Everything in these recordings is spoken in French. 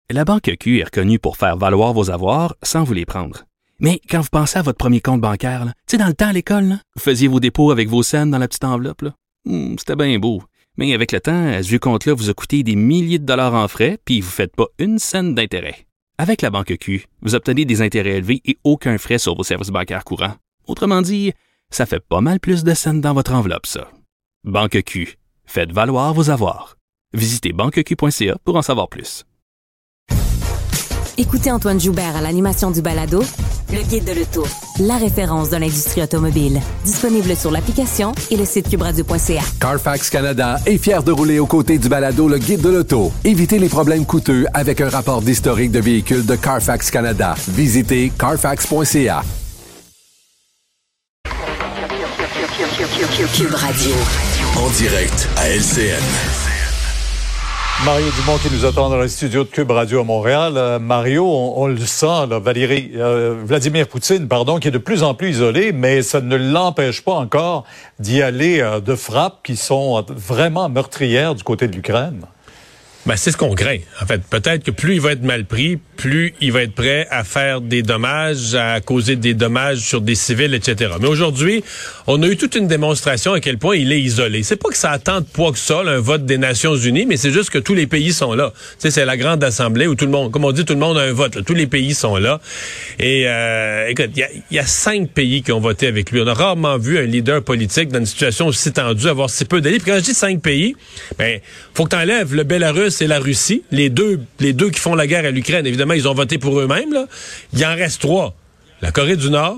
La Banque Q est reconnue pour faire valoir vos avoirs sans vous les prendre. Mais quand vous pensez à votre premier compte bancaire, tu sais, dans le temps à l'école, là, vous faisiez vos dépôts avec vos scènes dans la petite enveloppe. Là. C'était bien beau. Mais avec le temps, ce vieux compte-là vous a coûté des milliers de dollars en frais, puis vous ne faites pas une scène d'intérêt. Avec la Banque Q, vous obtenez des intérêts élevés et aucun frais sur vos services bancaires courants. Autrement dit, ça fait pas mal plus de scènes dans votre enveloppe, ça. Banque Q. Faites valoir vos avoirs. Visitez banqueq.ca pour en savoir plus. Écoutez Antoine Joubert à l'animation du balado Le Guide de l'auto, la référence de l'industrie automobile. Disponible sur l'application et le site cubradio.ca. Carfax Canada est fier de rouler aux côtés du balado Le Guide de l'auto. Évitez les problèmes coûteux avec un rapport d'historique de véhicules de Carfax Canada. Visitez carfax.ca. Cube Radio. En direct à LCN. Mario Dumont qui nous attend dans le studio de Cube Radio à Montréal. Mario, on le sent, là, Vladimir Poutine, qui est de plus en plus isolé, mais ça ne l'empêche pas encore d'y aller de frappes qui sont vraiment meurtrières du côté de l'Ukraine. Ben, c'est ce qu'on craint. En fait, peut-être que plus il va être mal pris, plus il va être prêt à faire des dommages, à causer des dommages sur des civils, etc. Mais aujourd'hui, on a eu toute une démonstration à quel point il est isolé. C'est pas que ça a tant de poids que ça, là, un vote des Nations Unies, mais c'est juste que tous les pays sont là. Tu sais, c'est la grande assemblée où tout le monde, comme on dit, tout le monde a un vote. Là. Tous les pays sont là. Et écoute, il y a 5 pays qui ont voté avec lui. On a rarement vu un leader politique dans une situation aussi tendue avoir si peu d'alliés. Puis quand je dis 5 pays, ben faut que t'enlèves le Bélarus et la Russie, les deux qui font la guerre à l'Ukraine. Évidemment, ils ont voté pour eux-mêmes. Là. Il en reste 3. La Corée du Nord,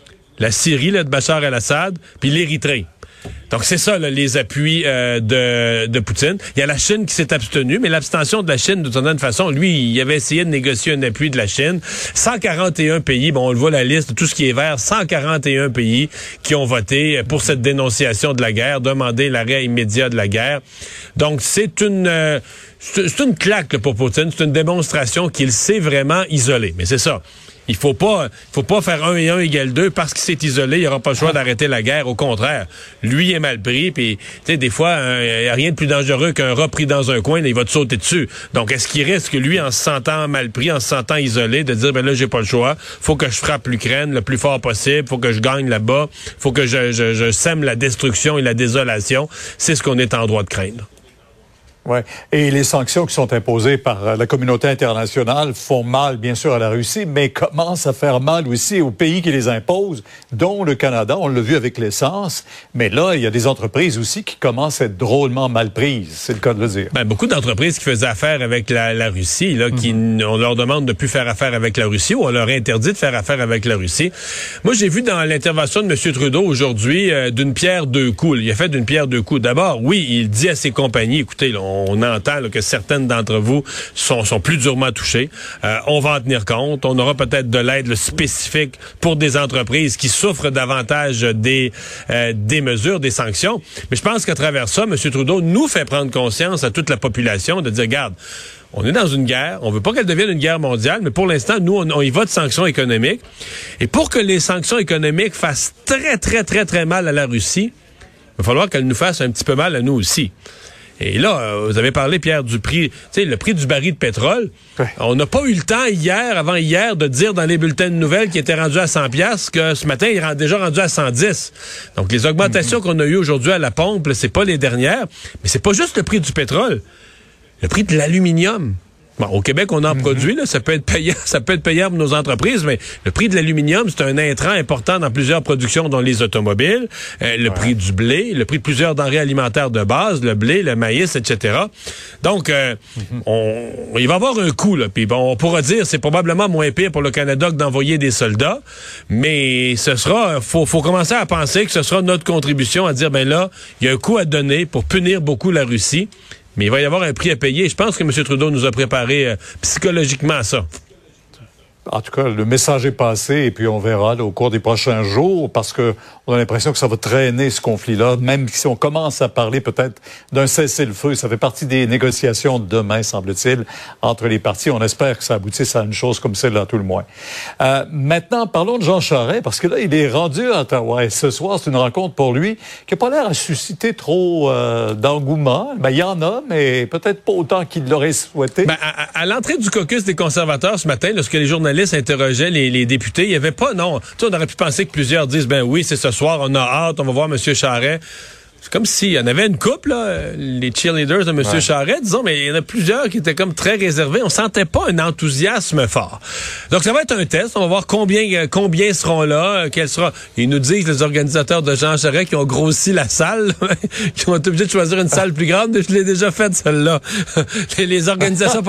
la Syrie là, de Bachar el-Assad, puis l'Érythrée. Donc, c'est ça, là, les appuis de Poutine. Il y a la Chine qui s'est abstenue, mais l'abstention de la Chine, de certaine façon, lui, il avait essayé de négocier un appui de la Chine. 141 pays, bon, on le voit la liste, tout ce qui est vert, 141 pays qui ont voté pour cette dénonciation de la guerre, demander l'arrêt immédiat de la guerre. Donc, c'est une claque là, pour Poutine, c'est une démonstration qu'il s'est vraiment isolé. Mais c'est ça. Il faut pas faire 1 et 1 égale 2 parce qu'il s'est isolé, il n'y aura pas le choix d'arrêter la guerre. Au contraire, lui est mal pris, puis tu sais, des fois, il n'y a rien de plus dangereux qu'un rat pris dans un coin, là, il va te sauter dessus. Donc, est-ce qu'il risque, lui, en se sentant mal pris, en se sentant isolé, de dire, ben là, j'ai pas le choix, faut que je frappe l'Ukraine le plus fort possible, faut que je gagne là-bas, faut que je sème la destruction et la désolation. C'est ce qu'on est en droit de craindre. Ouais. Et les sanctions qui sont imposées par la communauté internationale font mal, bien sûr, à la Russie, mais commencent à faire mal aussi aux pays qui les imposent, dont le Canada. On l'a vu avec l'essence. Mais là, il y a des entreprises aussi qui commencent à être drôlement mal prises. C'est le cas de le dire. Ben, beaucoup d'entreprises qui faisaient affaire avec la Russie, là, on leur demande de plus faire affaire avec la Russie ou on leur interdit de faire affaire avec la Russie. Moi, j'ai vu dans l'intervention de M. Trudeau aujourd'hui d'une pierre deux coups. Il a fait d'une pierre deux coups. D'abord, oui, il dit à ses compagnies, écoutez, là, on entend là, que certaines d'entre vous sont plus durement touchées. On va en tenir compte. On aura peut-être de l'aide spécifique pour des entreprises qui souffrent davantage des mesures, des sanctions. Mais je pense qu'à travers ça, M. Trudeau nous fait prendre conscience à toute la population de dire, regarde, on est dans une guerre, on veut pas qu'elle devienne une guerre mondiale, mais pour l'instant, nous, on y va de sanctions économiques. Et pour que les sanctions économiques fassent très, très, très, très mal à la Russie, il va falloir qu'elles nous fassent un petit peu mal à nous aussi. Et là, vous avez parlé, Pierre, du prix, tu sais, le prix du baril de pétrole. Ouais. On n'a pas eu le temps avant hier, de dire dans les bulletins de nouvelles qu'il était rendu à 100 piastres, que ce matin, il est déjà rendu à 110. Donc, les augmentations qu'on a eues aujourd'hui à la pompe, là, c'est pas les dernières, mais c'est pas juste le prix du pétrole. Le prix de l'aluminium. Bon, au Québec, on en produit, là, ça peut être payant pour nos entreprises, mais le prix de l'aluminium, c'est un intrant important dans plusieurs productions, dont les automobiles, prix du blé, le prix de plusieurs denrées alimentaires de base, le blé, le maïs, etc. Donc, il va y avoir un coût, là, puis bon, on pourra dire, c'est probablement moins pire pour le Canada que d'envoyer des soldats, mais faut commencer à penser que ce sera notre contribution à dire, ben là, il y a un coût à donner pour punir beaucoup la Russie. Mais il va y avoir un prix à payer. Je pense que M. Trudeau nous a préparé psychologiquement à ça. En tout cas, le message est passé et puis on verra là, au cours des prochains jours parce que on a l'impression que ça va traîner ce conflit-là. Même si on commence à parler peut-être d'un cessez-le-feu, ça fait partie des négociations de demain, semble-t-il, entre les partis. On espère que ça aboutisse à une chose comme celle-là, tout le moins. Maintenant, parlons de Jean Charest parce que là, il est rendu à Ottawa et ce soir, c'est une rencontre pour lui qui n'a pas l'air à susciter trop d'engouement. Ben, il y en a, mais peut-être pas autant qu'il l'aurait souhaité. Ben, à l'entrée du caucus des conservateurs ce matin, lorsque les journalistes interrogeaient les députés, il n'y avait pas, non. Tu sais, on aurait pu penser que plusieurs disent, ben oui, c'est ce soir, on a hâte, on va voir M. Charest. C'est comme s'il y en avait une couple, là, les cheerleaders de M. Charest, disons, mais il y en a plusieurs qui étaient comme très réservés. On sentait pas un enthousiasme fort. Donc, ça va être un test. On va voir combien seront là, quel sera. Ils nous disent, les organisateurs de Jean Charest, qui ont grossi la salle, qui ont été obligés de choisir une salle plus grande. Je l'ai déjà faite, celle-là. Les organisations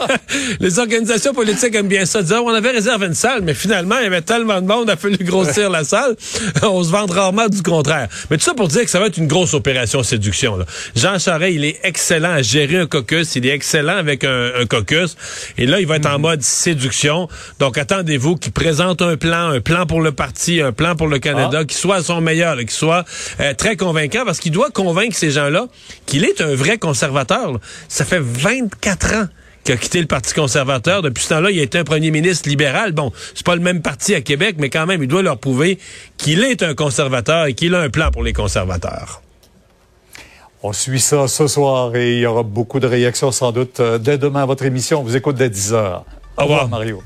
politiques aiment bien ça. Disent, on avait réservé une salle, mais finalement, il y avait tellement de monde, il a fallu grossir la salle. On se vante rarement du contraire. Mais tout ça pour dire que ça va être une grosse opération séduction, là. Jean Charest, il est excellent à gérer un caucus, il est excellent avec un caucus, et là, il va être en mode séduction. Donc, attendez-vous qu'il présente un plan pour le parti, un plan pour le Canada, qui soit à son meilleur, là, qui soit très convaincant, parce qu'il doit convaincre ces gens-là qu'il est un vrai conservateur, là. Ça fait 24 ans qui a quitté le Parti conservateur. Depuis ce temps-là, il a été un premier ministre libéral. Bon, c'est pas le même parti à Québec, mais quand même, il doit leur prouver qu'il est un conservateur et qu'il a un plan pour les conservateurs. On suit ça ce soir et il y aura beaucoup de réactions sans doute dès demain à votre émission. On vous écoute dès 10h. Au revoir, Mario.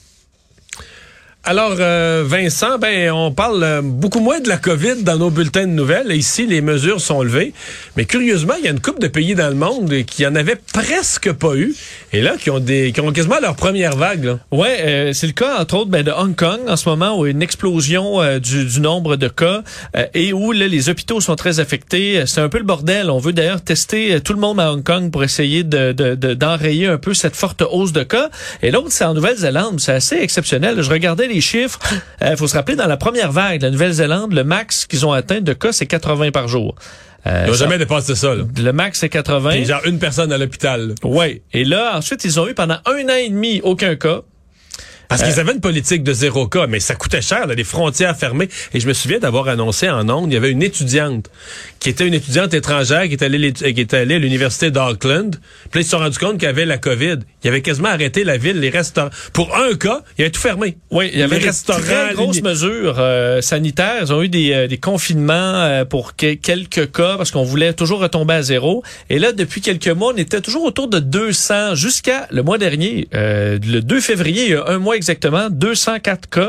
Alors, Vincent, on parle beaucoup moins de la COVID dans nos bulletins de nouvelles. Ici, les mesures sont levées. Mais curieusement, il y a une couple de pays dans le monde qui en avaient presque pas eu. Et là, qui ont quasiment leur première vague. Ouais, c'est le cas, entre autres, de Hong Kong, en ce moment, où il y a une explosion du nombre de cas et où là, les hôpitaux sont très affectés. C'est un peu le bordel. On veut d'ailleurs tester tout le monde à Hong Kong pour essayer d'enrayer un peu cette forte hausse de cas. Et l'autre, c'est en Nouvelle-Zélande. C'est assez exceptionnel. Je regardais les chiffres. Faut se rappeler, dans la première vague, la Nouvelle-Zélande, le max qu'ils ont atteint de cas, c'est 80 par jour. Ils n'ont jamais dépassé ça, là. Le max, c'est 80. C'est genre une personne à l'hôpital. Oui. Et là, ensuite, ils ont eu pendant 1 an et demi aucun cas. Parce qu'ils avaient une politique de 0 cas, mais ça coûtait cher, là, les frontières fermées. Et je me souviens d'avoir annoncé en ondes, il y avait une étudiante qui était une étudiante étrangère qui est allée à l'université d'Auckland. Puis là, ils se sont rendus compte qu'il y avait la COVID. Il avait quasiment arrêté la ville, les restaurants. Pour un cas, il avait tout fermé. Oui, il y avait des très grosses mesures sanitaires. Ils ont eu des confinements pour quelques cas parce qu'on voulait toujours retomber à zéro. Et là, depuis quelques mois, on était toujours autour de 200 jusqu'à le mois dernier. Le 2 février, il y a un mois exactement, 204 cas,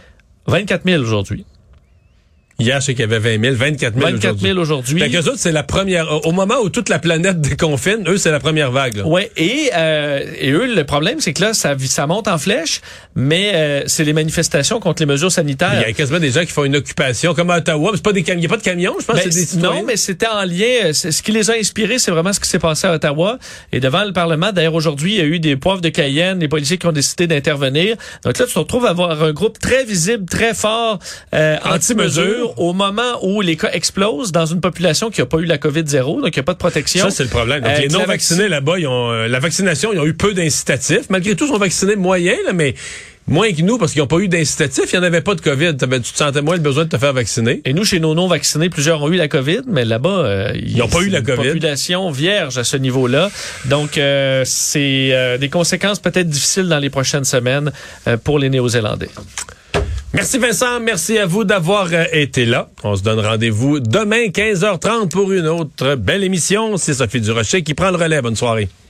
24 000 aujourd'hui. Hier, je sais qu'il y avait 20 000, 24 000 24 000 aujourd'hui. Fait qu'eux autres, c'est la première... Au moment où toute la planète déconfine, eux, c'est la première vague. Oui, et eux, le problème, c'est que là, ça monte en flèche, mais c'est les manifestations contre les mesures sanitaires. Il y a quasiment des gens qui font une occupation, comme à Ottawa. C'est pas il n'y a pas de camions, je pense que c'est des citoyens. Non, mais c'était en lien... Ce qui les a inspirés, c'est vraiment ce qui s'est passé à Ottawa. Et devant le Parlement, d'ailleurs, aujourd'hui, il y a eu des poivres de Cayenne, des policiers qui ont décidé d'intervenir. Donc là, tu te retrouves à avoir un groupe très visible, très fort, anti-mesures, au moment où les cas explosent dans une population qui n'a pas eu la COVID-0, donc il n'y a pas de protection. Ça, c'est le problème. Donc, les non-vaccinés là-bas, la vaccination, ils ont eu peu d'incitatifs. Malgré tout, ils sont vaccinés moyens, là, mais moins que nous, parce qu'ils n'ont pas eu d'incitatifs. Il n'y en avait pas de COVID. Tu te sentais moins le besoin de te faire vacciner. Et nous, chez nos non-vaccinés, plusieurs ont eu la COVID, mais là-bas, ils n'ont pas eu la COVID. Une population vierge à ce niveau-là. Donc, c'est des conséquences peut-être difficiles dans les prochaines semaines pour les Néo-Zélandais. Merci Vincent, merci à vous d'avoir été là. On se donne rendez-vous demain 15h30 pour une autre belle émission. C'est Sophie Durocher qui prend le relais. Bonne soirée.